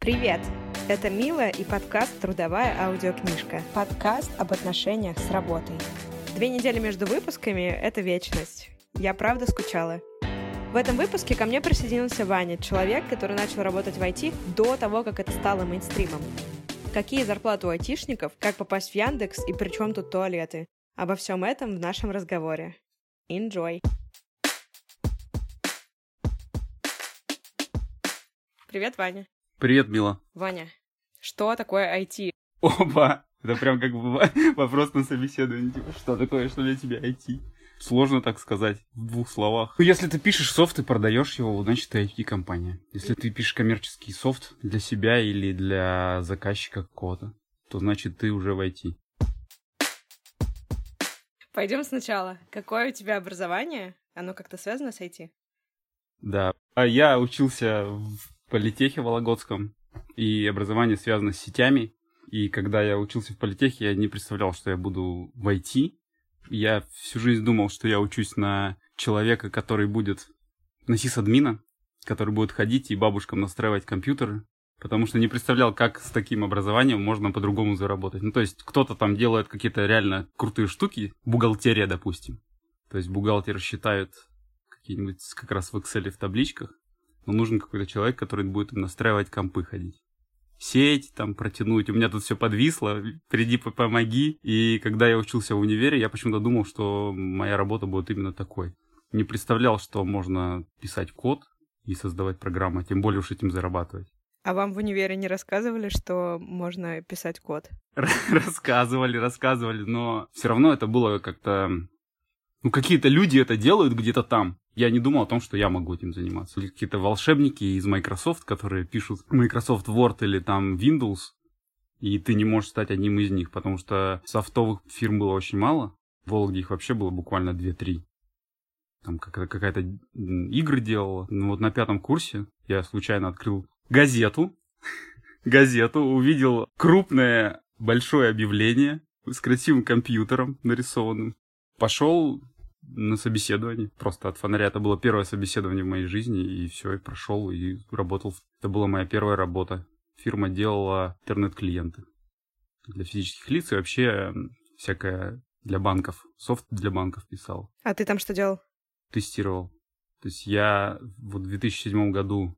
Привет! Это Мила и подкаст «Трудовая аудиокнижка». Подкаст об отношениях с работой. 2 недели между выпусками — это вечность. Я правда скучала. В этом выпуске ко мне присоединился Ваня, человек, который начал работать в IT до того, как это стало мейнстримом. Какие зарплаты у айтишников, как попасть в Яндекс и при чем тут туалеты? Обо всем этом в нашем разговоре. Enjoy! Привет, Ваня. Привет, Мила. Ваня, что такое IT? Опа! Это прям как бы вопрос на собеседование. Типа, что такое, что для тебя IT? Сложно так сказать в 2 словах. Ну, если ты пишешь софт и продаешь его, значит, ты IT-компания. Если ты пишешь коммерческий софт для себя или для заказчика какого-то, то значит, ты уже в IT. Пойдем сначала. Какое у тебя образование? Оно как-то связано с IT? Да. Я учился в политехе Вологодском, и образование связано с сетями. И когда я учился в политехе, я не представлял, что я буду в IT. Я всю жизнь думал, что я учусь на человека, который будет на сисадмина, который будет ходить и бабушкам настраивать компьютеры, потому что не представлял, как с таким образованием можно по-другому заработать. Ну, то есть кто-то там делает какие-то реально крутые штуки, бухгалтерия, допустим. То есть бухгалтеры считают какие-нибудь как раз в Excel в табличках, но нужен какой-то человек, который будет им настраивать компы ходить. Сеть там протянуть. У меня тут все подвисло. Приди, помоги. И когда я учился в универе, я почему-то думал, что моя работа будет именно такой. Не представлял, что можно писать код и создавать программы, тем более уж этим зарабатывать. А вам в универе не рассказывали, что можно писать код? Рассказывали, но все равно это было как-то... Ну, какие-то люди это делают где-то там. Я не думал о том, что я могу этим заниматься. Или какие-то волшебники из Microsoft, которые пишут Microsoft Word или там Windows, и ты не можешь стать одним из них, потому что софтовых фирм было очень мало. В Вологде их вообще было буквально 2-3. Там какая-то игры делала. Ну вот на 5 курсе я случайно открыл газету, увидел крупное большое объявление с красивым компьютером нарисованным. Пошел на собеседование. Просто от фонаря. Это было первое собеседование в моей жизни. И все, и прошел, и работал. Это была моя первая работа. Фирма делала интернет-клиенты для физических лиц и вообще всякое для банков. Софт для банков писал. А ты там что делал? Тестировал. То есть я вот в 2007 году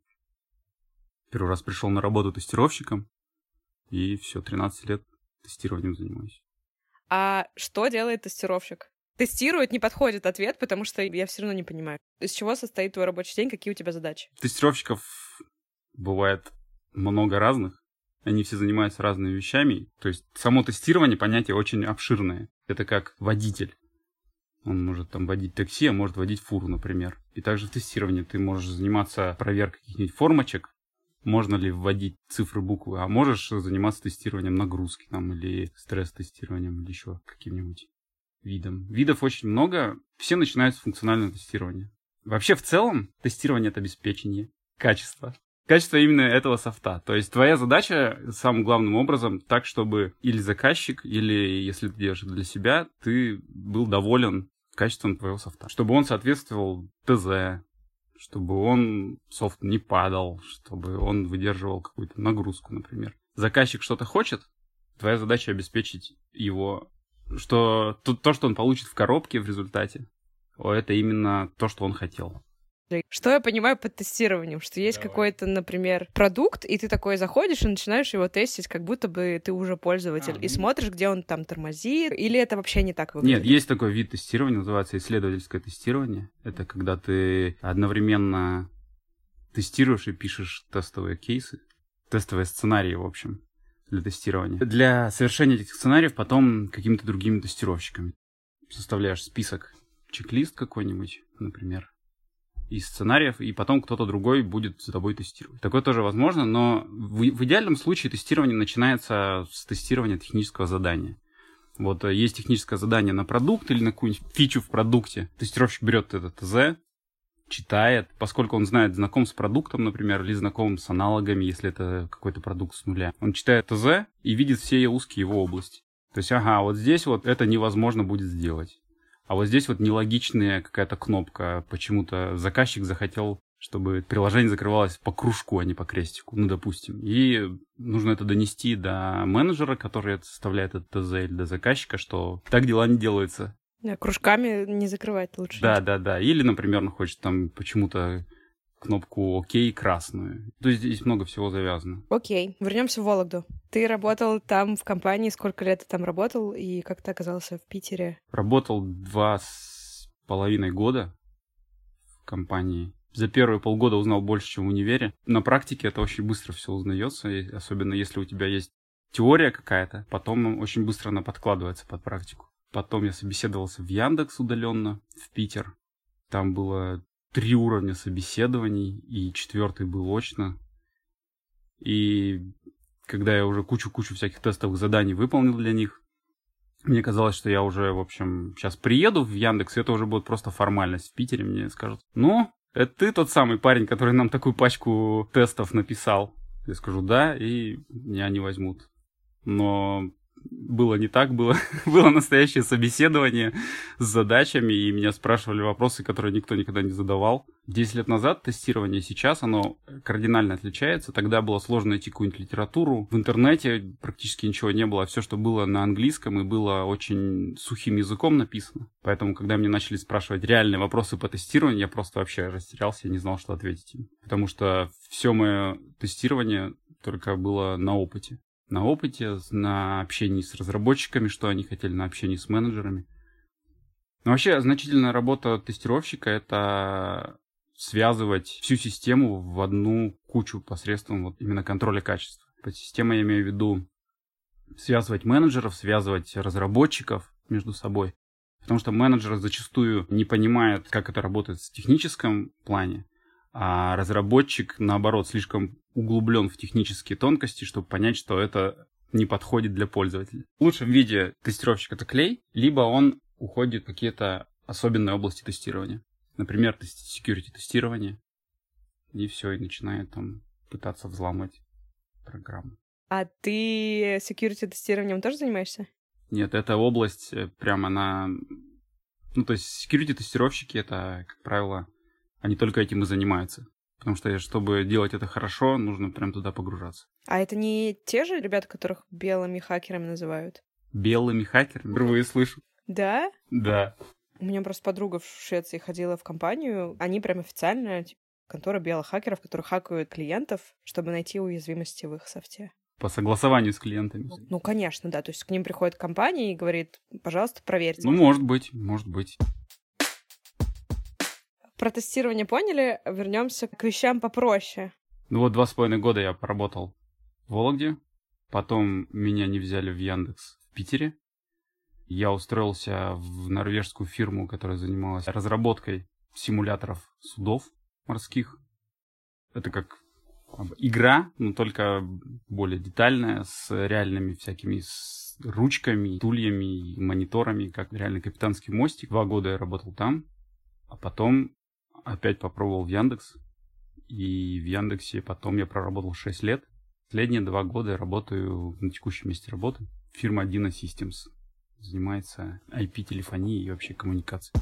первый раз пришел на работу тестировщиком. И все, 13 лет тестированием занимаюсь. А что делает тестировщик? Тестирует не подходит ответ, потому что я все равно не понимаю. Из чего состоит твой рабочий день, какие у тебя задачи? Тестировщиков бывает много разных. Они все занимаются разными вещами. То есть само тестирование понятие очень обширное. Это как водитель. Он может там водить такси, а может водить фуру, например. И также в тестировании ты можешь заниматься проверкой каких-нибудь формочек. Можно ли вводить цифры, буквы, а можешь заниматься тестированием нагрузки там, или стресс-тестированием, или еще каким-нибудь видом. Видов очень много. Все начинают с функционального тестирования. Вообще, в целом, тестирование — это обеспечение качества. Качество именно этого софта. То есть твоя задача самым главным образом так, чтобы или заказчик, или если ты делаешь это для себя, ты был доволен качеством твоего софта. Чтобы он соответствовал ТЗ, чтобы он, софт, не падал, чтобы он выдерживал какую-то нагрузку, например. Заказчик что-то хочет, твоя задача обеспечить его, что то, что он получит в коробке в результате, это именно то, что он хотел. Что я понимаю под тестированием? Что есть какой-то, например, продукт, и ты такой заходишь и начинаешь его тестить, как будто бы ты уже пользователь, и смотришь, где он там тормозит, или это вообще не так выглядит? Нет, есть такой вид тестирования, называется исследовательское тестирование. Это когда ты одновременно тестируешь и пишешь тестовые кейсы, тестовые сценарии, в общем, для тестирования. Для совершения этих сценариев потом какими-то другими тестировщиками составляешь список, чек-лист какой-нибудь, например, из сценариев, и потом кто-то другой будет за тобой тестировать. Такое тоже возможно, но в идеальном случае тестирование начинается с тестирования технического задания. Вот есть техническое задание на продукт или на какую-нибудь фичу в продукте. Тестировщик берет это ТЗ, читает, поскольку он знаком с продуктом, например, или знаком с аналогами, если это какой-то продукт с нуля. Он читает ТЗ и видит все узкие его области. То есть, вот здесь вот это невозможно будет сделать. А вот здесь вот нелогичная какая-то кнопка. Почему-то заказчик захотел, чтобы приложение закрывалось по кружку, а не по крестику, ну, допустим. И нужно это донести до менеджера, который составляет этот ТЗ, или до заказчика, что так дела не делаются. Да, кружками не закрывать лучше. Да. Или, например, он хочет там почему-то кнопку «Ок» красную. То есть здесь много всего завязано. Окей, вернемся в Вологду. Ты работал там в компании, сколько лет ты там работал, и как ты оказался в Питере? Работал 2,5 года в компании. За первые полгода узнал больше, чем в универе. На практике это очень быстро все узнается, особенно если у тебя есть теория какая-то, потом очень быстро она подкладывается под практику. Потом я собеседовался в Яндекс удаленно, в Питер. Там было 3 уровня собеседований, и 4-й был очно. И когда я уже кучу всяких тестовых заданий выполнил для них, мне казалось, что я уже, в общем, сейчас приеду в Яндекс, и это уже будет просто формальность. В Питере мне скажут: ну, это ты тот самый парень, который нам такую пачку тестов написал? Я скажу: да, и меня не возьмут. Но было не так, было настоящее собеседование с задачами, и меня спрашивали вопросы, которые никто никогда не задавал. 10 лет назад тестирование, сейчас оно кардинально отличается. Тогда было сложно найти какую-нибудь литературу. В интернете практически ничего не было. Все, что было на английском, и было очень сухим языком написано. Поэтому, когда мне начали спрашивать реальные вопросы по тестированию, я просто вообще растерялся и не знал, что ответить им. Потому что все мое тестирование только было на опыте. На опыте, на общении с разработчиками, что они хотели, на общении с менеджерами. Но вообще значительная работа тестировщика — это связывать всю систему в одну кучу посредством вот именно контроля качества. Под системой я имею в виду связывать менеджеров, связывать разработчиков между собой. Потому что менеджеры зачастую не понимают, как это работает в техническом плане, а разработчик, наоборот, слишком углублен в технические тонкости, чтобы понять, что это не подходит для пользователя. В лучшем виде тестировщик — это клей, либо он уходит в какие-то особенные области тестирования. Например, security тестирование, и все, и начинает там пытаться взломать программу. А ты security тестированием тоже занимаешься? Нет, эта область прям она... Ну, то есть security тестировщики — это, как правило, они только этим и занимаются. Потому что, чтобы делать это хорошо, нужно прям туда погружаться. А это не те же ребята, которых белыми хакерами называют? Белыми хакерами? Впервые слышу. Да? Да. У меня просто подруга в Швеции ходила в компанию. Они прям официально, типа, контора белых хакеров, которые хакают клиентов, чтобы найти уязвимости в их софте. По согласованию с клиентами. Ну, конечно, да. То есть к ним приходит компания и говорит: пожалуйста, проверьте. Ну, может быть. Про тестирование поняли, вернемся к вещам попроще. Ну вот 2,5 года я поработал в Вологде, потом меня не взяли в Яндекс в Питере. Я устроился в норвежскую фирму, которая занималась разработкой симуляторов судов морских. Это как игра, но только более детальная, с реальными всякими ручками, стульями и мониторами, как реальный капитанский мостик. 2 года я работал там, а потом опять попробовал в Яндекс. И в Яндексе потом я проработал 6 лет. Последние 2 года я работаю на текущем месте работы. Фирма Dino Systems занимается IP-телефонией и вообще коммуникацией.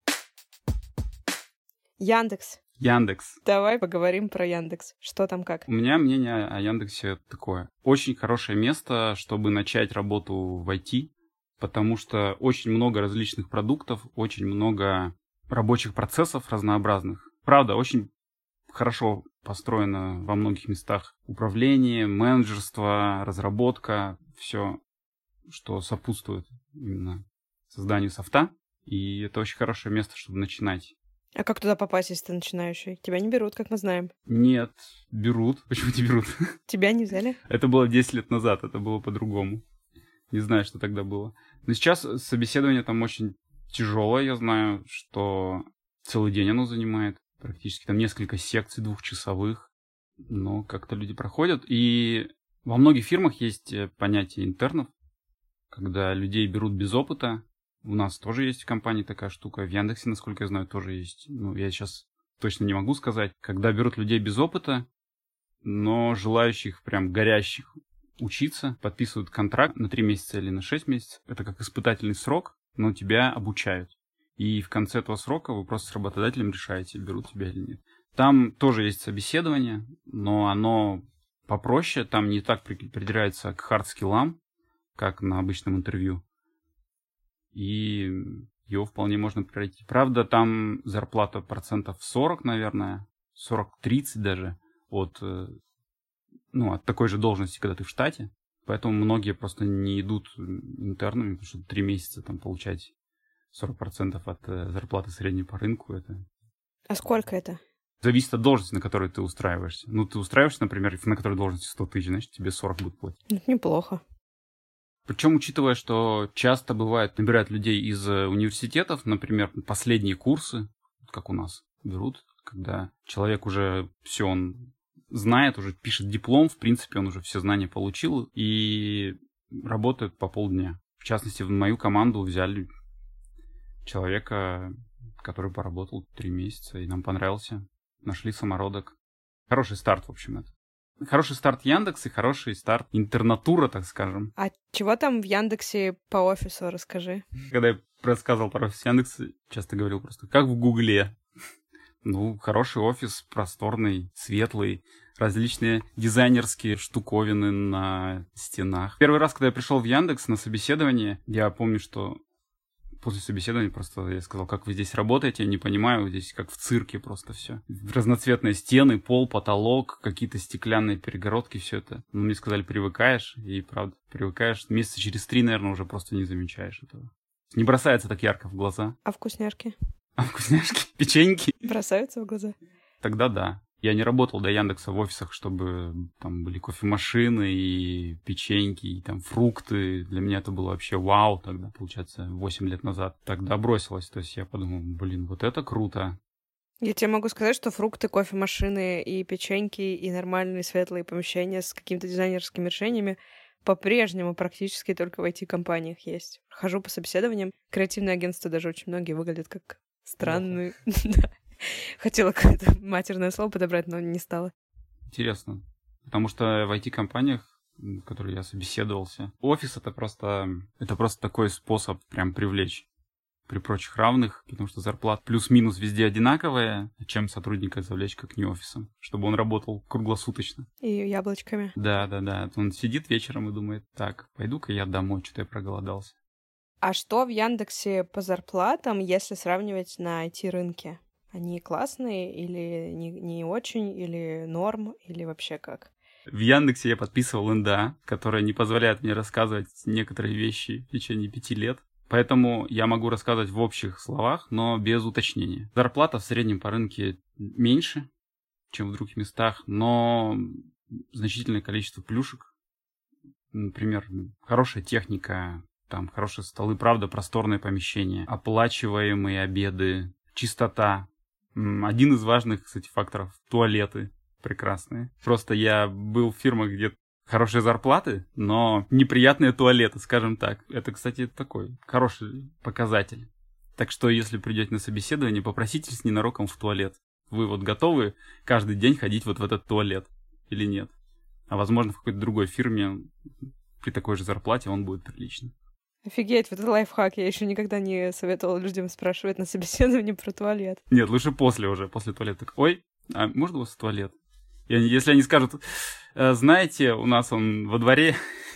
Яндекс. Давай поговорим про Яндекс. Что там как? У меня мнение о Яндексе такое. Очень хорошее место, чтобы начать работу в IT, потому что очень много различных продуктов, очень много рабочих процессов разнообразных. Правда, очень хорошо построено во многих местах управление, менеджерство, разработка, все, что сопутствует именно созданию софта. И это очень хорошее место, чтобы начинать. А как туда попасть, если ты начинающий? Тебя не берут, как мы знаем. Нет, берут. Почему не берут? Тебя не взяли? Это было 10 лет назад, это было по-другому. Не знаю, что тогда было. Но сейчас собеседование там очень тяжелое. Я знаю, что целый день оно занимает. Практически там несколько секций 2-часовых. Но как-то люди проходят. И во многих фирмах есть понятие интернов, когда людей берут без опыта. У нас тоже есть в компании такая штука. В Яндексе, насколько я знаю, тоже есть. Ну, я сейчас точно не могу сказать. Когда берут людей без опыта, но желающих, прям горящих учиться, подписывают контракт на 3 месяца или на 6 месяцев. Это как испытательный срок, но тебя обучают. И в конце этого срока вы просто с работодателем решаете, берут тебя или нет. Там тоже есть собеседование, но оно попроще. Там не так придирается к хардскиллам, как на обычном интервью. И его вполне можно пройти. Правда, там зарплата 40%, наверное, 40-30 даже от такой же должности, когда ты в штате. Поэтому многие просто не идут интернами, потому что 3 месяца там получать 40% от зарплаты средней по рынку. А сколько это? Зависит от должности, на которую ты устраиваешься. Ты устраиваешься, например, на которой должности 100 тысяч, значит, тебе 40 будут платить. Это неплохо. Причем, учитывая, что часто бывает, набирают людей из университетов, например, последние курсы, как у нас берут, когда человек уже все, он знает, уже пишет диплом, в принципе, он уже все знания получил и работает по полдня. В частности, в мою команду взяли человека, который поработал 3 месяца, и нам понравился. Нашли самородок. Хороший старт, в общем, это. Хороший старт Яндекс и хороший старт интернатура, так скажем. А чего там в Яндексе по офису, расскажи. Когда я рассказывал про офис Яндекса, часто говорил просто, как в Гугле. Хороший офис, просторный, светлый, различные дизайнерские штуковины на стенах. Первый раз, когда я пришел в Яндекс на собеседование, я помню, что после собеседования просто я сказал, как вы здесь работаете, я не понимаю, здесь как в цирке просто все. Разноцветные стены, пол, потолок, какие-то стеклянные перегородки, все это. Мне сказали, привыкаешь, и правда, привыкаешь. Месяца через 3, наверное, уже просто не замечаешь этого. Не бросается так ярко в глаза. А вкусняшки? А вкусняшки? Печеньки? Бросаются в глаза? Тогда да. Я не работал до Яндекса в офисах, чтобы там были кофемашины и печеньки, и там фрукты. Для меня это было вообще вау тогда, получается, 8 лет назад. Тогда бросилось. То есть я подумал, вот это круто. Я тебе могу сказать, что фрукты, кофемашины и печеньки, и нормальные светлые помещения с какими-то дизайнерскими решениями по-прежнему практически только в IT-компаниях есть. Хожу по собеседованиям. Креативные агентства даже очень многие выглядят как странные. Хотела какое-то матерное слово подобрать, но не стала. Интересно. Потому что в IT-компаниях, в которых я собеседовался, офис это просто такой способ прям привлечь при прочих равных, потому что зарплата плюс-минус везде одинаковая, чем сотрудника завлечь как не офисом, чтобы он работал круглосуточно. И яблочками. Да. Он сидит вечером и думает, так, пойду-ка я домой, что-то я проголодался. А что в Яндексе по зарплатам, если сравнивать на IT-рынке? Они классные или не очень, или норм, или вообще как? В Яндексе я подписывал НДА, которая не позволяет мне рассказывать некоторые вещи в течение 5 лет. Поэтому я могу рассказывать в общих словах, но без уточнения. Зарплата в среднем по рынке меньше, чем в других местах, но значительное количество плюшек. Например, хорошая техника, там хорошие столы, правда, просторные помещения, оплачиваемые обеды, чистота. Один из важных, кстати, факторов — туалеты прекрасные. Просто я был в фирмах, где хорошие зарплаты, но неприятные туалеты, скажем так. Это, кстати, такой хороший показатель. Так что, если придете на собеседование, попросите с ненароком в туалет. Вы готовы каждый день ходить в этот туалет или нет? А возможно, в какой-то другой фирме при такой же зарплате он будет приличный. Офигеть, вот это лайфхак. Я еще никогда не советовала людям спрашивать на собеседовании про туалет. Нет, лучше после туалета. Так, ой, а можно у вас туалет? И если они скажут, знаете, у нас он во дворе,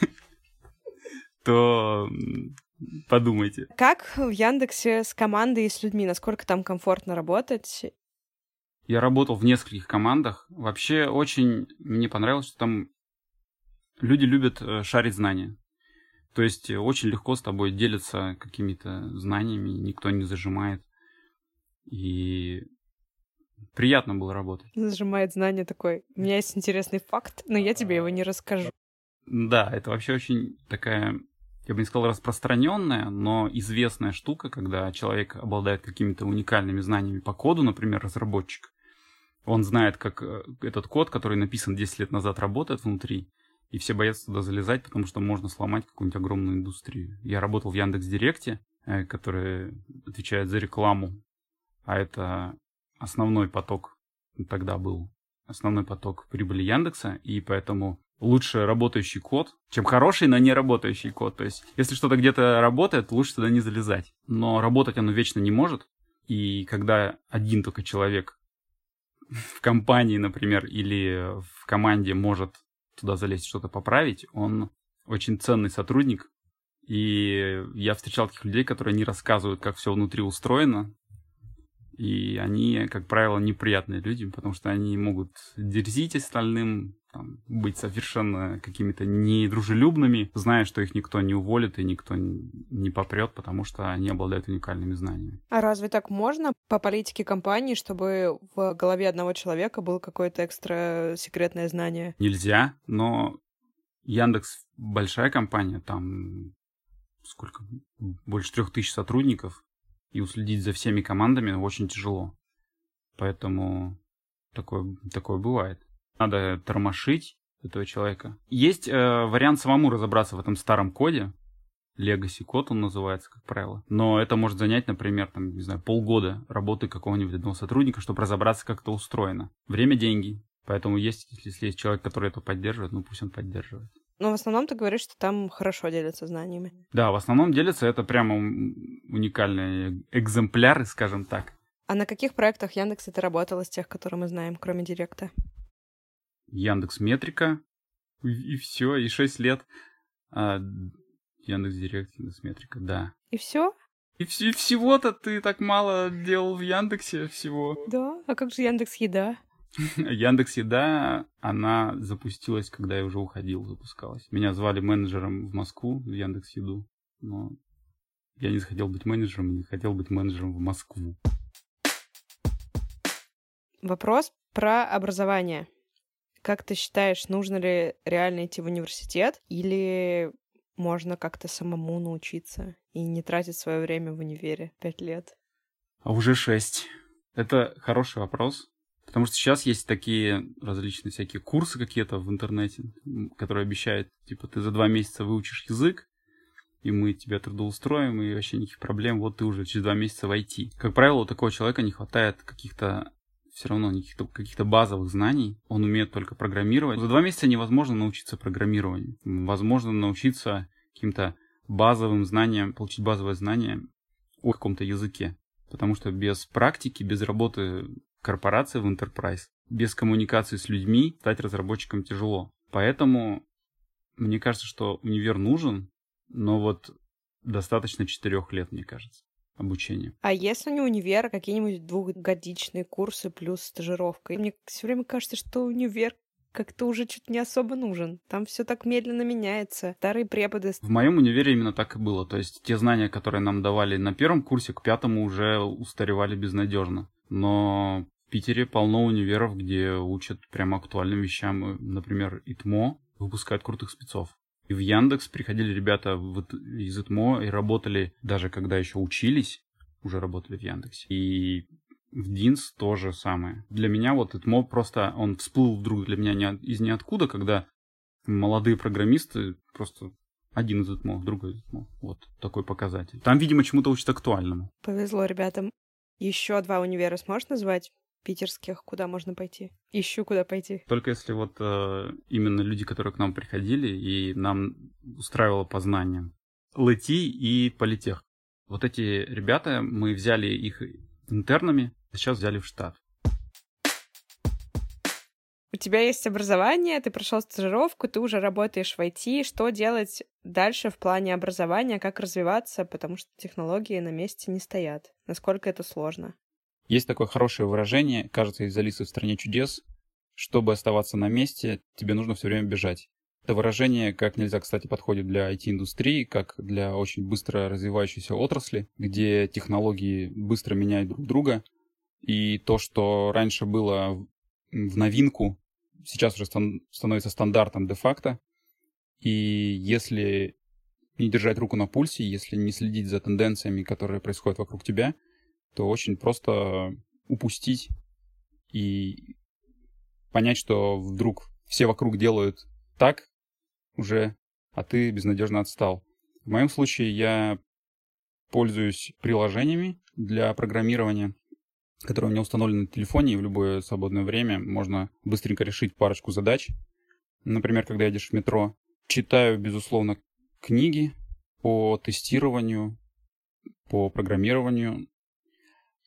то подумайте. Как в Яндексе с командой и с людьми? Насколько там комфортно работать? Я работал в нескольких командах. Вообще очень мне понравилось, что там люди любят шарить знания. То есть очень легко с тобой делятся какими-то знаниями, никто не зажимает. И приятно было работать. Зажимает знания такой. У меня есть интересный факт, но я тебе его не расскажу. Да, это вообще очень такая, я бы не сказал распространенная, но известная штука, когда человек обладает какими-то уникальными знаниями по коду, например, разработчик. Он знает, как этот код, который написан 10 лет назад, работает внутри. И все боятся туда залезать, потому что можно сломать какую-нибудь огромную индустрию. Я работал в Яндекс.Директе, который отвечает за рекламу. А это основной поток, тогда был основной поток прибыли Яндекса. И поэтому лучше работающий код, чем хороший, но не работающий код. То есть, если что-то где-то работает, лучше туда не залезать. Но работать оно вечно не может. И когда один только человек в компании, например, или в команде может туда залезть, что-то поправить, он очень ценный сотрудник. И я встречал таких людей, которые не рассказывают, как все внутри устроено. И они, как правило, неприятные люди, потому что они могут дерзить остальным, там, быть совершенно какими-то недружелюбными, зная, что их никто не уволит и никто не попрет, потому что они обладают уникальными знаниями. А разве так можно по политике компании, чтобы в голове одного человека было какое-то экстра секретное знание? Нельзя, но Яндекс большая компания, там сколько? Больше 3000 сотрудников, и уследить за всеми командами очень тяжело. Поэтому такое бывает. Надо тормошить этого человека. Есть вариант самому разобраться в этом старом коде. Legacy код он называется, как правило. Но это может занять, например, там, не знаю, полгода работы какого-нибудь одного сотрудника, чтобы разобраться, как это устроено. Время — деньги. Поэтому если есть человек, который это поддерживает, пусть он поддерживает. Но в основном ты говоришь, что там хорошо делятся знаниями. Да, в основном делятся. Это прямо уникальные экземпляры, скажем так. А на каких проектах Яндекса ты работал из тех, которые мы знаем, кроме Директа? Яндекс.Метрика, и все, и 6 лет. Яндекс.Директ, Яндекс.Метрика, да. И все? И всего-то ты так мало делал в Яндексе всего. Да, а как же Яндекс.Еда? Яндекс.Еда, она запустилась, когда я уже уходил, запускалась. Меня звали менеджером в Москву, в Яндекс.Еду, но я не захотел быть менеджером, не хотел быть менеджером в Москву. Вопрос про образование. Как ты считаешь, нужно ли реально идти в университет, или можно как-то самому научиться и не тратить свое время в универе 5 лет? А уже 6. Это хороший вопрос. Потому что сейчас есть такие различные всякие курсы какие-то в интернете, которые обещают, типа, ты за 2 месяца выучишь язык, и мы тебя трудоустроим, и вообще никаких проблем, вот ты уже через 2 месяца в IT. Как правило, у такого человека не хватает каких-то базовых знаний, он умеет только программировать. За 2 месяца невозможно научиться программированию. Возможно научиться каким-то базовым знаниям, получить базовое знание о каком-то языке. Потому что без практики, без работы корпорации в Enterprise, без коммуникации с людьми стать разработчиком тяжело. Поэтому мне кажется, что универ нужен, но вот достаточно 4 лет, мне кажется, обучения. А если не универ, какие-нибудь 2-годичные курсы плюс стажировка? И мне все время кажется, что универ как-то уже чуть не особо нужен. Там все так медленно меняется. Старые преподы. В моем универе именно так и было. То есть те знания, которые нам давали на 1 курсе, к 5 уже устаревали безнадежно. Но в Питере полно универов, где учат прямо актуальным вещам. Например, ИТМО выпускает крутых спецов. И в Яндекс приходили ребята из ИТМО и работали, даже когда еще учились, уже работали в Яндексе. И в Динс то же самое. Для меня вот ИТМО просто, он всплыл вдруг для меня из ниоткуда, когда молодые программисты просто один из ИТМО, другой из ИТМО. Вот такой показатель. Там, видимо, чему-то учат актуальному. Повезло ребятам. Еще 2 универа сможешь назвать? Питерских, куда можно пойти? Ищу, куда пойти. Только если вот именно люди, которые к нам приходили, и нам устраивало по знаниям. ЛТ и Политех. Вот эти ребята, мы взяли их интернами, сейчас взяли в штат. У тебя есть образование, ты прошел стажировку, ты уже работаешь в IT. Что делать дальше в плане образования, как развиваться, потому что технологии на месте не стоят. Насколько это сложно? Есть такое хорошее выражение, кажется, из Алисы в стране чудес. Чтобы оставаться на месте, тебе нужно все время бежать. Это выражение как нельзя, кстати, подходит для IT-индустрии, как для очень быстро развивающейся отрасли, где технологии быстро меняют друг друга. И то, что раньше было в новинку, сейчас уже становится стандартом де-факто. И если не держать руку на пульсе, если не следить за тенденциями, которые происходят вокруг тебя, то очень просто упустить и понять, что вдруг все вокруг делают так уже, а ты безнадежно отстал. В моем случае я пользуюсь приложениями для программирования, которые у меня установлены на телефоне, и в любое свободное время можно быстренько решить парочку задач. Например, когда едешь в метро, читаю, безусловно, книги по тестированию, по программированию.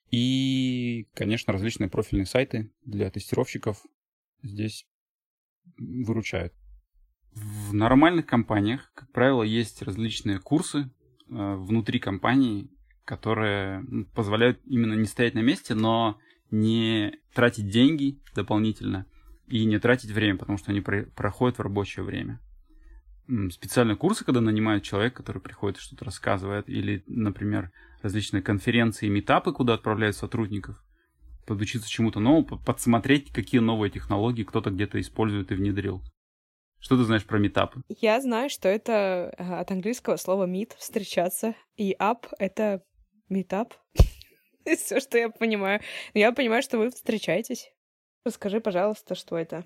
И, конечно, различные профильные сайты для тестировщиков здесь выручают. В нормальных компаниях, как правило, есть различные курсы внутри компании, которые позволяют именно не стоять на месте, но не тратить деньги дополнительно и не тратить время, потому что они проходят в рабочее время. Специальные курсы, когда нанимают человека, который приходит и что-то рассказывает, или, например, различные конференции и митапы, куда отправляют сотрудников, подучиться чему-то новому, подсмотреть, какие новые технологии кто-то где-то использует и внедрил. Что ты знаешь про митапы? Я знаю, что это от английского слова meet, встречаться, и up — это meetup. Все, что я понимаю. Я понимаю, что вы встречаетесь. Расскажи, пожалуйста, что это.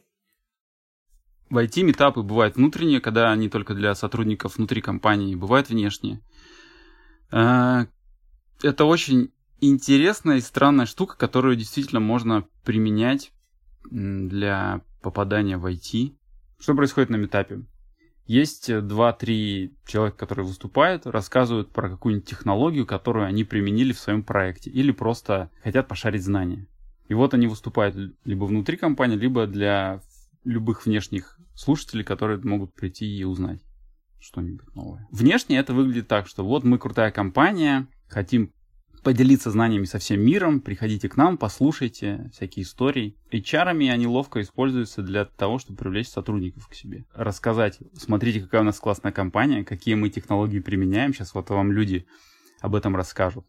В IT митапы бывают внутренние, когда они только для сотрудников внутри компании, бывают внешние. Это очень интересная и странная штука, которую действительно можно применять для попадания в IT. Что происходит на митапе? Есть 2-3 человека, которые выступают, рассказывают про какую-нибудь технологию, которую они применили в своем проекте, или просто хотят пошарить знания. И вот они выступают либо внутри компании, либо для любых внешних слушателей, которые могут прийти и узнать что-нибудь новое. Внешне это выглядит так, что вот мы крутая компания, хотим поделиться знаниями со всем миром, приходите к нам, послушайте всякие истории. HR-ами они ловко используются для того, чтобы привлечь сотрудников к себе. Рассказать, смотрите, какая у нас классная компания, какие мы технологии применяем, сейчас вот вам люди об этом расскажут.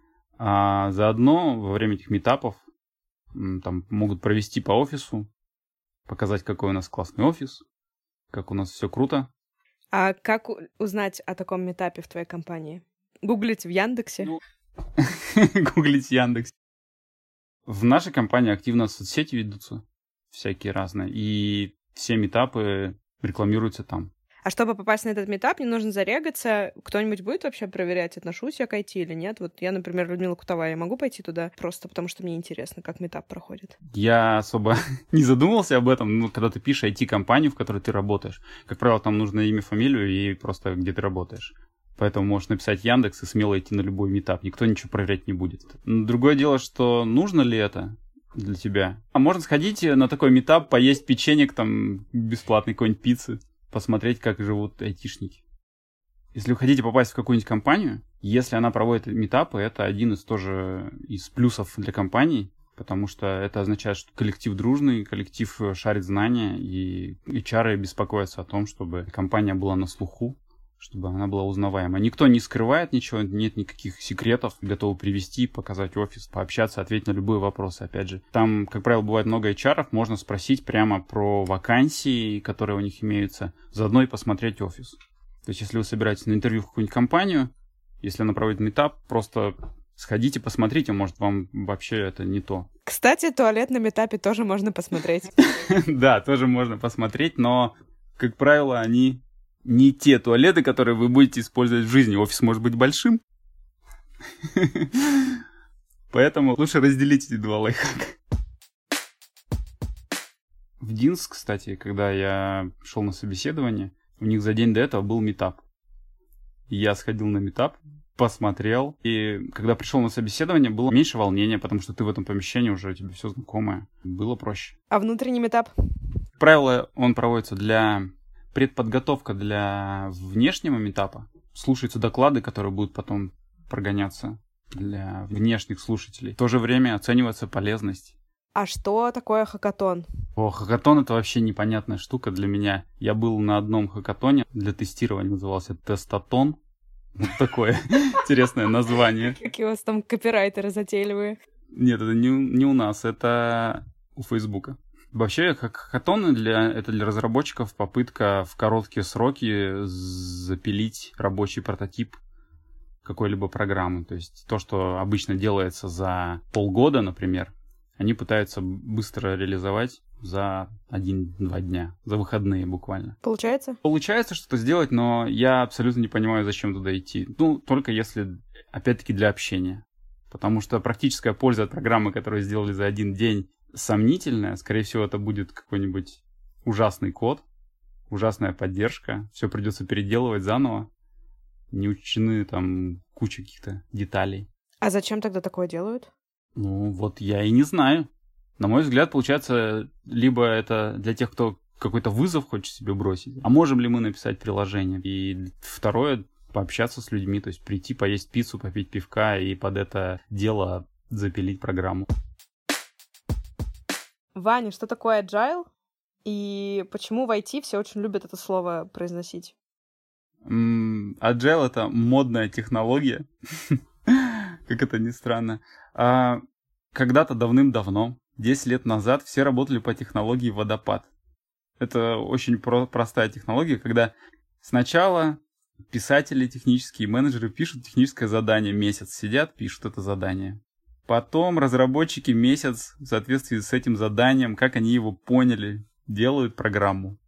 А заодно во время этих митапов там могут провести по офису, показать, какой у нас классный офис, как у нас все круто. А как узнать о таком митапе в твоей компании? Гуглить в Яндексе? Гуглить Яндекс. В нашей компании активно соцсети ведутся, всякие разные, и все митапы рекламируются там. А чтобы попасть на этот митап, мне нужно зарегаться. Кто-нибудь будет вообще проверять, отношусь я к IT или нет? Вот я, например, Людмила Кутовая, я могу пойти туда просто потому, что мне интересно, как митап проходит? Я особо не задумывался об этом, но когда ты пишешь IT-компанию, в которой ты работаешь, как правило, там нужно имя, фамилию и просто где ты работаешь. Поэтому можешь написать Яндекс и смело идти на любой митап. Никто ничего проверять не будет. Другое дело, что нужно ли это для тебя? А можно сходить на такой митап, поесть печенек, там, бесплатной какой-нибудь пиццы, посмотреть, как живут айтишники. Если вы хотите попасть в какую-нибудь компанию, если она проводит митапы, это один из тоже из плюсов для компаний, потому что это означает, что коллектив дружный, коллектив шарит знания, и HR беспокоятся о том, чтобы компания была на слуху, чтобы она была узнаваема. Никто не скрывает ничего, нет никаких секретов, готовы привести, показать офис, пообщаться, ответить на любые вопросы, опять же. Там, как правило, бывает много HR-ов, можно спросить прямо про вакансии, которые у них имеются, заодно и посмотреть офис. То есть, если вы собираетесь на интервью в какую-нибудь компанию, если она проводит митап, просто сходите, посмотрите, может, вам вообще это не то. Кстати, туалет на митапе тоже можно посмотреть. Да, тоже можно посмотреть, но, как правило, они не те туалеты, которые вы будете использовать в жизни. Офис может быть большим. Поэтому лучше разделить эти два лайфхака. В Динс, кстати, когда я шел на собеседование, у них за день до этого был митап. Я сходил на митап, посмотрел, и когда пришел на собеседование, было меньше волнения, потому что ты в этом помещении уже, тебе все знакомое. Было проще. А внутренний митап? Как правило, он проводится для предподготовка для внешнего митапа. Слушаются доклады, которые будут потом прогоняться для внешних слушателей. В то же время оценивается полезность. А что такое хакатон? Хакатон — это вообще непонятная штука для меня. Я был на одном хакатоне для тестирования, назывался Тестатон. Вот такое интересное название. Какие у вас там копирайтеры затейливые? Нет, это не у нас, это у Фейсбука. Вообще, хакатоны это для разработчиков попытка в короткие сроки запилить рабочий прототип какой-либо программы. То есть то, что обычно делается за полгода, например, они пытаются быстро реализовать за 1-2 дня, за выходные буквально. Получается? Получается что-то сделать, но я абсолютно не понимаю, зачем туда идти. Ну, только если, опять-таки, для общения. Потому что практическая польза от программы, которую сделали за один день, сомнительная. Скорее всего, это будет какой-нибудь ужасный код, ужасная поддержка. Все придется переделывать заново. Не учтены там куча каких-то деталей. А зачем тогда такое делают? Ну, вот я и не знаю. На мой взгляд, получается, либо это для тех, кто какой-то вызов хочет себе бросить, а можем ли мы написать приложение? И второе, пообщаться с людьми, то есть прийти, поесть пиццу, попить пивка и под это дело запилить программу. Ваня, что такое agile? И почему в IT все очень любят это слово произносить? Agile — это модная технология, как это ни странно. Когда-то давным-давно, 10 лет назад, все работали по технологии водопад. Это очень простая технология, когда сначала писатели, технические менеджеры пишут техническое задание, месяц сидят, пишут это задание. Потом разработчики месяц в соответствии с этим заданием, как они его поняли, делают программу.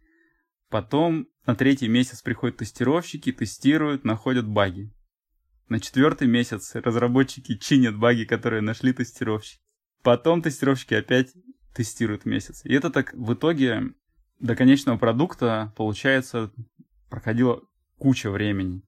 Потом на 3-й месяц приходят тестировщики, тестируют, находят баги. На 4-й месяц разработчики чинят баги, которые нашли тестировщики. Потом тестировщики опять тестируют месяц. И это так в итоге до конечного продукта, получается, проходило куча времени.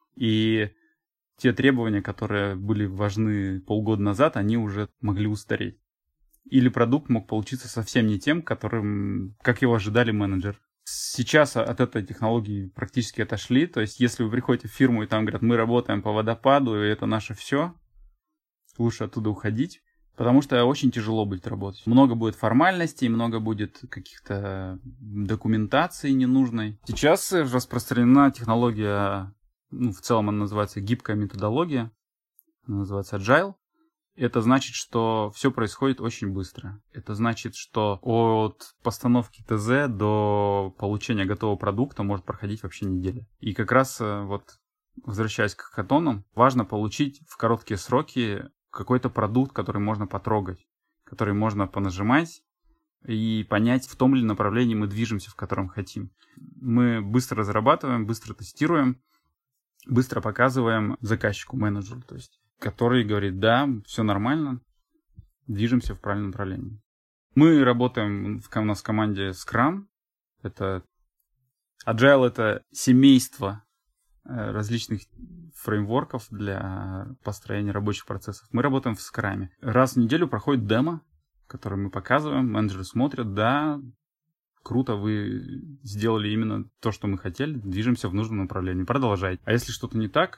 И те требования, которые были важны полгода назад, они уже могли устареть. Или продукт мог получиться совсем не тем, которым, как его ожидали менеджеры. Сейчас от этой технологии практически отошли. То есть, если вы приходите в фирму и там говорят, мы работаем по водопаду, и это наше все, лучше оттуда уходить, потому что очень тяжело будет работать. Много будет формальностей, много будет каких-то документаций ненужной. Сейчас распространена технология, в целом она называется гибкая методология, она называется Agile. Это значит, что все происходит очень быстро. Это значит, что от постановки ТЗ до получения готового продукта может проходить вообще неделя. И как раз вот, возвращаясь к хакатонам, важно получить в короткие сроки какой-то продукт, который можно потрогать, который можно понажимать и понять, в том ли направлении мы движемся, в котором хотим. Мы быстро разрабатываем, быстро тестируем, быстро показываем заказчику, менеджеру, то есть, который говорит, да, все нормально, движемся в правильном направлении. Мы работаем, у нас в команде Scrum. Это Agile — это семейство различных фреймворков для построения рабочих процессов. Мы работаем в Scrum. Раз в неделю проходит демо, которое мы показываем, менеджеры смотрят, да, круто, вы сделали именно то, что мы хотели, движемся в нужном направлении, продолжайте. А если что-то не так,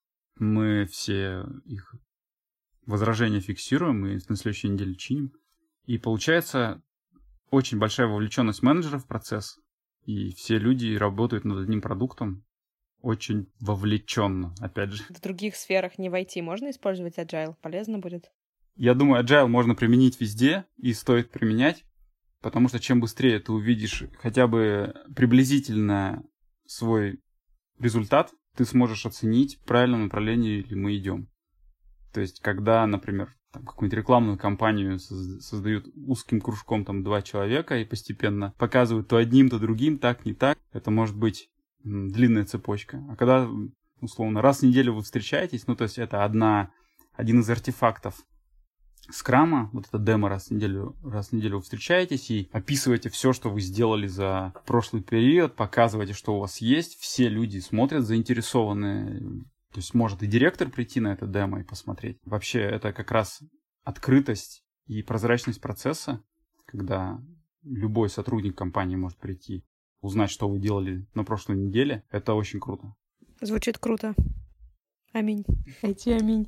мы все их возражения фиксируем и на следующей неделе чиним. И получается очень большая вовлеченность менеджеров в процесс. И все люди работают над одним продуктом очень вовлеченно, опять же. В других сферах не в IT можно использовать Agile? Полезно будет? Я думаю, Agile можно применить везде и стоит применять, потому что чем быстрее ты увидишь хотя бы приблизительно свой результат, ты сможешь оценить, в правильном направлении ли мы идем. То есть, когда, например, какую-нибудь рекламную кампанию создают узким кружком 2 человека и постепенно показывают то одним, то другим, так, не так, это может быть длинная цепочка. А когда, условно, раз в неделю вы встречаетесь, то есть это один из артефактов скрама, вот это демо раз в неделю вы встречаетесь и описываете все, что вы сделали за прошлый период, показываете, что у вас есть, все люди смотрят, заинтересованные. То есть может и директор прийти на это демо и посмотреть. Вообще это как раз открытость и прозрачность процесса, когда любой сотрудник компании может прийти, узнать, что вы делали на прошлой неделе. Это очень круто. Звучит круто. Аминь. Аминь.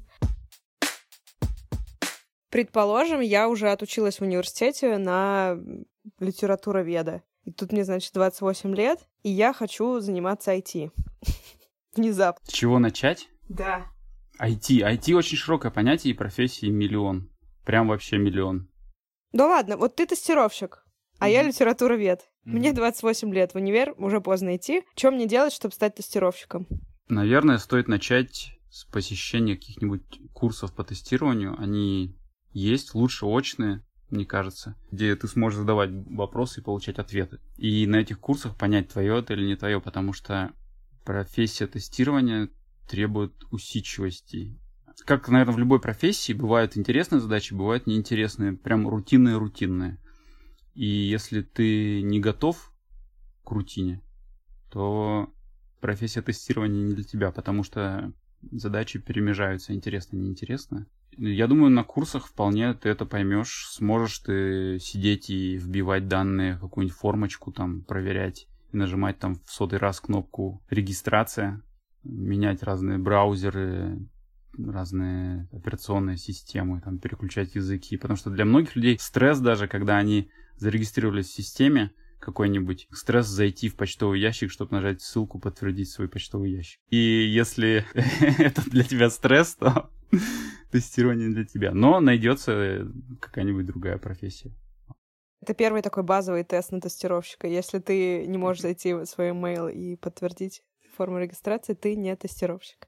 Предположим, я уже отучилась в университете на литературоведа. И тут мне, значит, 28 лет, и я хочу заниматься IT. Внезапно. С чего начать? Да. IT очень широкое понятие, и профессий миллион. Прям вообще миллион. Да ладно, вот ты тестировщик, а я литературовед. Мне 28 лет, в универ уже поздно идти. Что мне делать, чтобы стать тестировщиком? Наверное, стоит начать с посещения каких-нибудь курсов по тестированию. Они есть, лучше очные, мне кажется, где ты сможешь задавать вопросы и получать ответы. И на этих курсах понять, твое это или не твое, потому что профессия тестирования требует усидчивости. Как, наверное, в любой профессии, бывают интересные задачи, бывают неинтересные, прям рутинные. И если ты не готов к рутине, то профессия тестирования не для тебя, потому что задачи перемежаются интересно и неинтересно. Я думаю, на курсах вполне ты это поймешь. Сможешь ты сидеть и вбивать данные, какую-нибудь формочку там проверять, и нажимать там в 100-й раз кнопку «Регистрация», менять разные браузеры, разные операционные системы, там, переключать языки. Потому что для многих людей стресс даже, когда они зарегистрировались в системе какой-нибудь, стресс зайти в почтовый ящик, чтобы нажать ссылку, подтвердить свой почтовый ящик. И если это для тебя стресс, то тестирование для тебя. Но найдется какая-нибудь другая профессия. Это первый такой базовый тест на тестировщика. Если ты не можешь зайти в свой имейл и подтвердить форму регистрации, ты не тестировщик.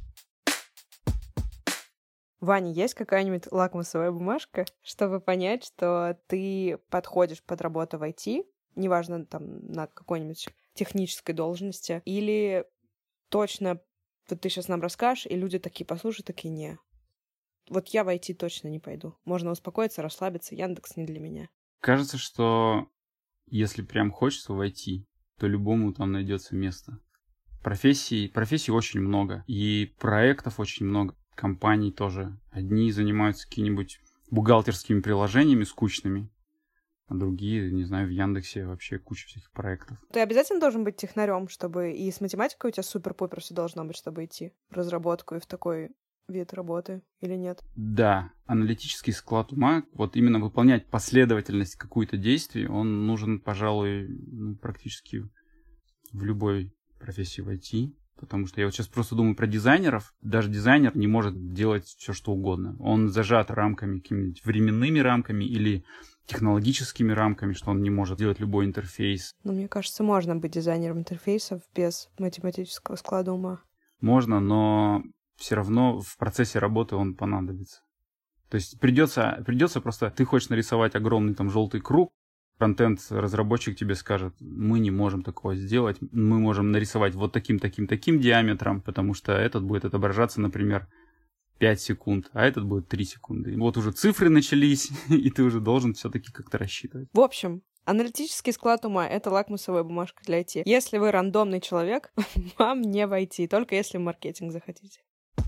Ваня, есть какая-нибудь лакмусовая бумажка, чтобы понять, что ты подходишь под работу в IT, неважно, там, на какой-нибудь технической должности, или точно вот ты сейчас нам расскажешь, и люди такие послушают, такие, не. Вот я в IT точно не пойду. Можно успокоиться, расслабиться, Яндекс не для меня. Кажется, что если прям хочется войти, то любому там найдется место. Профессий очень много, и проектов очень много. Компаний тоже. Одни занимаются какими-нибудь бухгалтерскими приложениями скучными, а другие, не знаю, в Яндексе вообще куча всяких проектов. Ты обязательно должен быть технарем, чтобы и с математикой у тебя супер-пупер все должно быть, чтобы идти в разработку и в такой вид работы, или нет? Да, аналитический склад ума, вот именно выполнять последовательность какую-то действий, он нужен, пожалуй, практически в любой профессии в IT. Потому что я вот сейчас просто думаю про дизайнеров. Даже дизайнер не может делать все, что угодно. Он зажат рамками, какими-нибудь временными рамками или технологическими рамками, что он не может делать любой интерфейс. Но мне кажется, можно быть дизайнером интерфейсов без математического склада ума. Можно, но все равно в процессе работы он понадобится. То есть придется просто... Ты хочешь нарисовать огромный там желтый круг, фронтенд-разработчик тебе скажет, мы не можем такого сделать, мы можем нарисовать вот таким диаметром, потому что этот будет отображаться, например, 5 секунд, а этот будет 3 секунды. И вот уже цифры начались, и ты уже должен все-таки как-то рассчитывать. В общем, аналитический склад ума — это лакмусовая бумажка для IT. Если вы рандомный человек, вам не войти, только если в маркетинг захотите.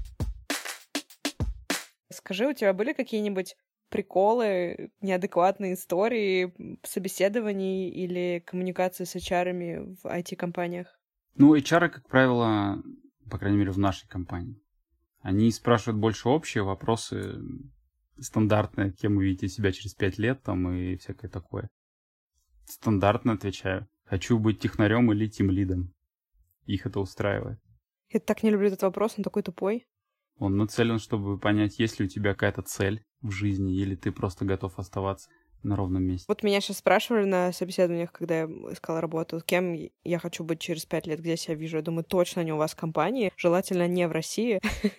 Скажи, у тебя были какие-нибудь приколы, неадекватные истории собеседований или коммуникации с HR-ами в IT-компаниях? Ну, HR, как правило, по крайней мере, в нашей компании, они спрашивают больше общие вопросы, стандартные, кем вы видите себя через 5 лет, там, и всякое такое. Стандартно отвечаю. Хочу быть технарем или тимлидом. Их это устраивает. Я так не люблю этот вопрос, он такой тупой. Он нацелен, чтобы понять, есть ли у тебя какая-то цель в жизни, или ты просто готов оставаться на ровном месте. Вот меня сейчас спрашивали на собеседованиях, когда я искала работу, кем я хочу быть через 5 лет, где я себя вижу. Я думаю, точно не у вас в компании, желательно не в России,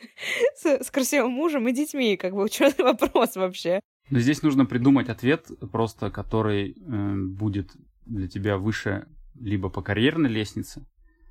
с красивым мужем и детьми. Как бы учёный вопрос вообще. Но здесь нужно придумать ответ, просто который будет для тебя выше либо по карьерной лестнице,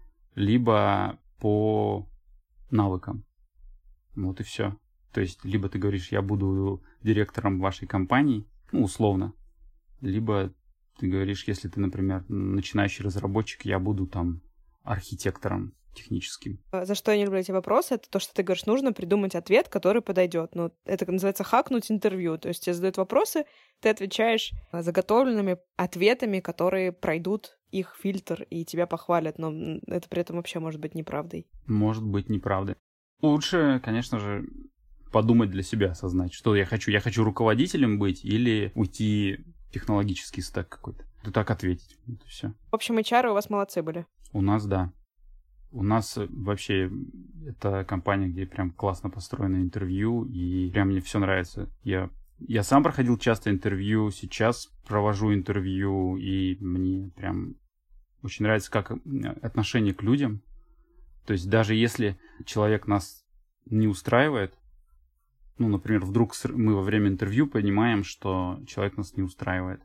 либо по навыкам. Вот и все. То есть, либо ты говоришь, я буду директором вашей компании, условно, либо ты говоришь, если ты, например, начинающий разработчик, я буду там архитектором техническим. За что я не люблю эти вопросы, это то, что ты говоришь, нужно придумать ответ, который подойдет. Ну, это называется хакнуть интервью. То есть тебе задают вопросы, ты отвечаешь заготовленными ответами, которые пройдут их фильтр и тебя похвалят, но это при этом вообще может быть неправдой. Может быть неправдой. Лучше, конечно же, подумать для себя, осознать, что я хочу. Я хочу руководителем быть или уйти в технологический стек какой-то. Это так ответить. Это все. В общем, HR у вас молодцы были. У нас, да. У нас вообще это компания, где прям классно построено интервью, и прям мне все нравится. Я сам проходил часто интервью, сейчас провожу интервью, и мне прям очень нравится, как отношение к людям. То есть даже если человек нас не устраивает, например, вдруг мы во время интервью понимаем, что человек нас не устраивает,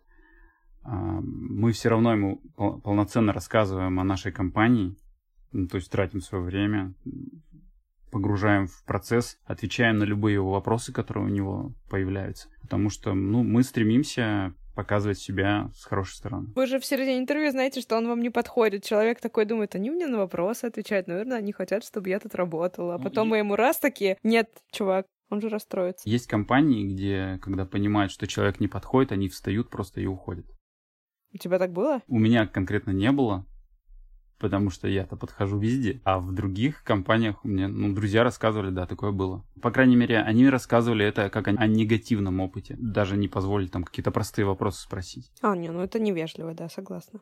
мы все равно ему полноценно рассказываем о нашей компании, то есть тратим свое время, погружаем в процесс, отвечаем на любые его вопросы, которые у него появляются. Потому что мы стремимся показывать себя с хорошей стороны. Вы же в середине интервью знаете, что он вам не подходит. Человек такой думает, они мне на вопросы отвечают. Наверное, они хотят, чтобы я тут работала. А потом мы ему раз такие, нет, чувак, Он же расстроится. Есть компании, где, когда понимают, что человек не подходит, они встают просто и уходят. У тебя так было? У меня конкретно не было, потому что я-то подхожу везде. А в других компаниях мне, друзья рассказывали, да, такое было. По крайней мере, они рассказывали это как о негативном опыте. Даже не позволили там какие-то простые вопросы спросить. Это невежливо, да, согласна.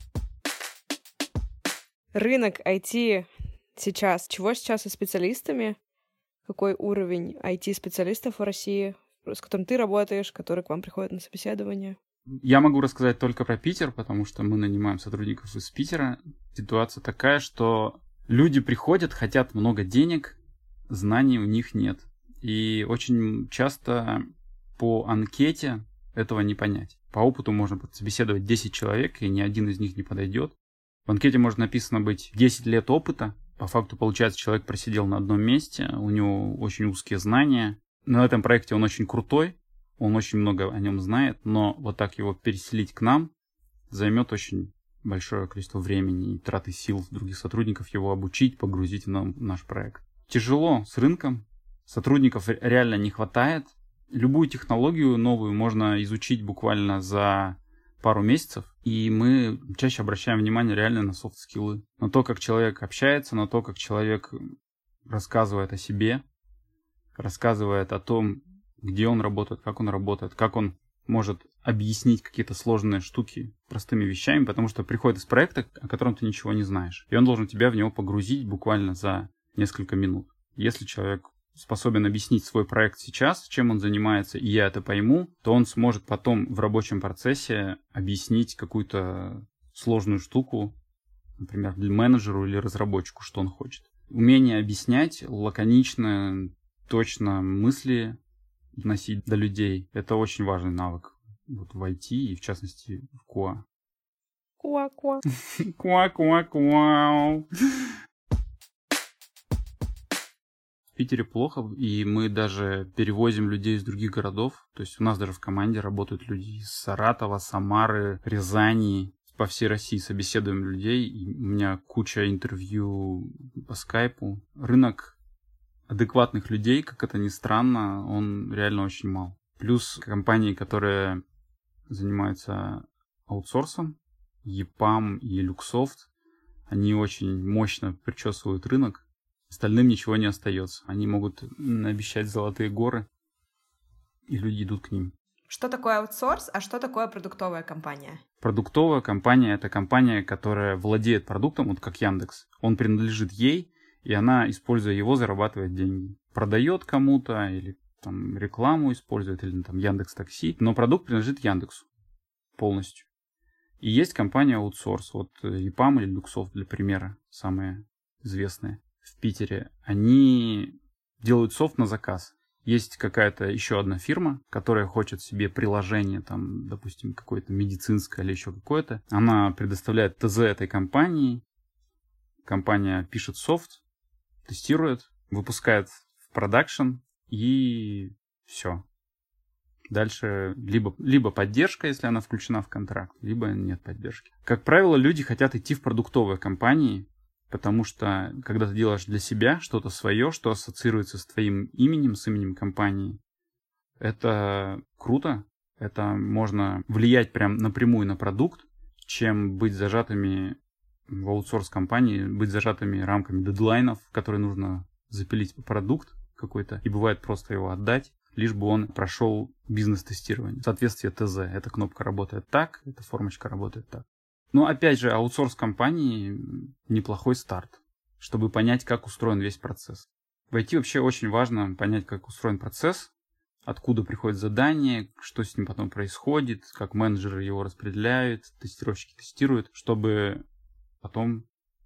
Рынок IT сейчас. Чего сейчас со специалистами? Какой уровень IT-специалистов в России, с которым ты работаешь, которые к вам приходят на собеседование? Я могу рассказать только про Питер, потому что мы нанимаем сотрудников из Питера. Ситуация такая, что люди приходят, хотят много денег, знаний у них нет. И очень часто по анкете этого не понять. По опыту можно собеседовать 10 человек, и ни один из них не подойдет. В анкете может написано быть 10 лет опыта. По факту, получается, человек просидел на одном месте, у него очень узкие знания. На этом проекте он очень крутой, он очень много о нем знает, но вот так его переселить к нам займет очень большое количество времени и траты сил других сотрудников его обучить, погрузить в наш проект. Тяжело с рынком, сотрудников реально не хватает. Любую технологию новую можно изучить буквально за пару месяцев, и мы чаще обращаем внимание реально на софт-скиллы. На то, как человек общается, на то, как человек рассказывает о себе, рассказывает о том, где он работает, как он может объяснить какие-то сложные штуки простыми вещами, потому что приходит из проекта, о котором ты ничего не знаешь. И он должен тебя в него погрузить буквально за несколько минут. Если человек способен объяснить свой проект сейчас, чем он занимается, и я это пойму, то он сможет потом в рабочем процессе объяснить какую-то сложную штуку, например, для менеджеру или разработчику, что он хочет. Умение объяснять лаконично, точно мысли доносить до людей — это очень важный навык вот в IT и, в частности, в QA. Куа-куа. Куа-куа-куа. В Питере плохо, и мы даже перевозим людей из других городов. То есть у нас даже в команде работают люди из Саратова, Самары, Рязани. По всей России собеседуем людей. И у меня куча интервью по скайпу. Рынок адекватных людей, как это ни странно, он реально очень мал. Плюс компании, которые занимаются аутсорсом, EPAM и Luxoft, они очень мощно причесывают рынок. Остальным ничего не остается. Они могут обещать золотые горы, и люди идут к ним. Что такое аутсорс, а что такое продуктовая компания? Продуктовая компания — это компания, которая владеет продуктом, вот как Яндекс. Он принадлежит ей, и она, используя его, зарабатывает деньги. Продает кому-то, или там рекламу использует, или там Яндекс.Такси. Но продукт принадлежит Яндексу полностью. И есть компания аутсорс. Вот EPAM или Luxoft, для примера, самые известные в Питере. Они делают софт на заказ. Есть какая-то еще одна фирма, которая хочет себе приложение, там, допустим, какое-то медицинское или еще какое-то. Она предоставляет ТЗ этой компании. Компания пишет софт, тестирует, выпускает в продакшн, и все. Дальше либо поддержка, если она включена в контракт, либо нет поддержки. Как правило, люди хотят идти в продуктовые компании, потому что, когда ты делаешь для себя что-то свое, что ассоциируется с твоим именем, с именем компании, это круто. Это можно влиять прям напрямую на продукт, чем быть зажатыми в аутсорс-компании, быть зажатыми рамками дедлайнов, в которые нужно запилить продукт какой-то, и бывает просто его отдать, лишь бы он прошел бизнес-тестирование. Соответствие ТЗ. Эта кнопка работает так, эта формочка работает так. Но опять же, аутсорс-компании неплохой старт, чтобы понять, как устроен весь процесс. В IT вообще очень важно понять, как устроен процесс, откуда приходит задание, что с ним потом происходит, как менеджеры его распределяют, тестировщики тестируют, чтобы потом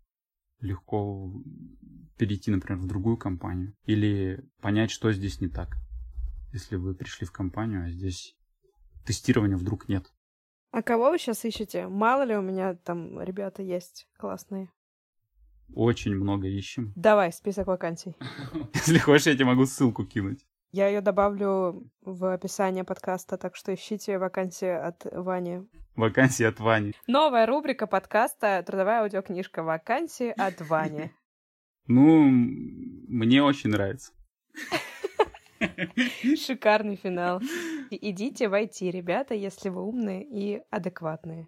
легко перейти, например, в другую компанию или понять, что здесь не так, если вы пришли в компанию, а здесь тестирования вдруг нет. А кого вы сейчас ищете? Мало ли у меня там ребята есть классные. Очень много ищем. Давай, список вакансий. Если хочешь, я тебе могу ссылку кинуть. Я ее добавлю в описание подкаста, так что ищите вакансии от Вани. Вакансии от Вани. Новая рубрика подкаста «Трудовая аудиокнижка. Вакансии от Вани». Ну, мне очень нравится. Шикарный финал. Идите в IT, ребята, если вы умные и адекватные.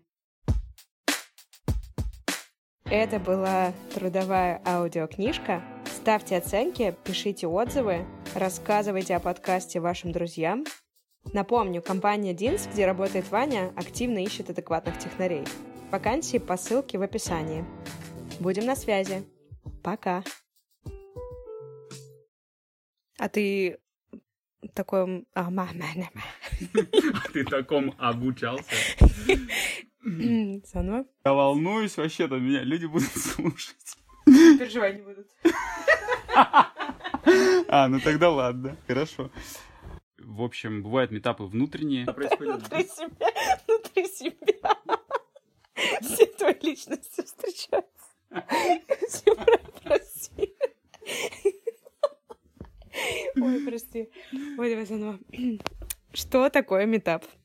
Это была трудовая аудиокнижка. Ставьте оценки, пишите отзывы, рассказывайте о подкасте вашим друзьям. Напомню, компания DINS, где работает Ваня, активно ищет адекватных технарей. Вакансии по ссылке в описании. Будем на связи. Пока. А ты таком... Ты таком обучался? Заново? Я волнуюсь вообще, там меня люди будут слушать. Переживай не будут. Ну тогда ладно, хорошо. В общем, бывают митапы внутренние. Внутри себя. Все твои личности встречаются. Прости. Ой, прости. Ой, давай заново. Что такое митап?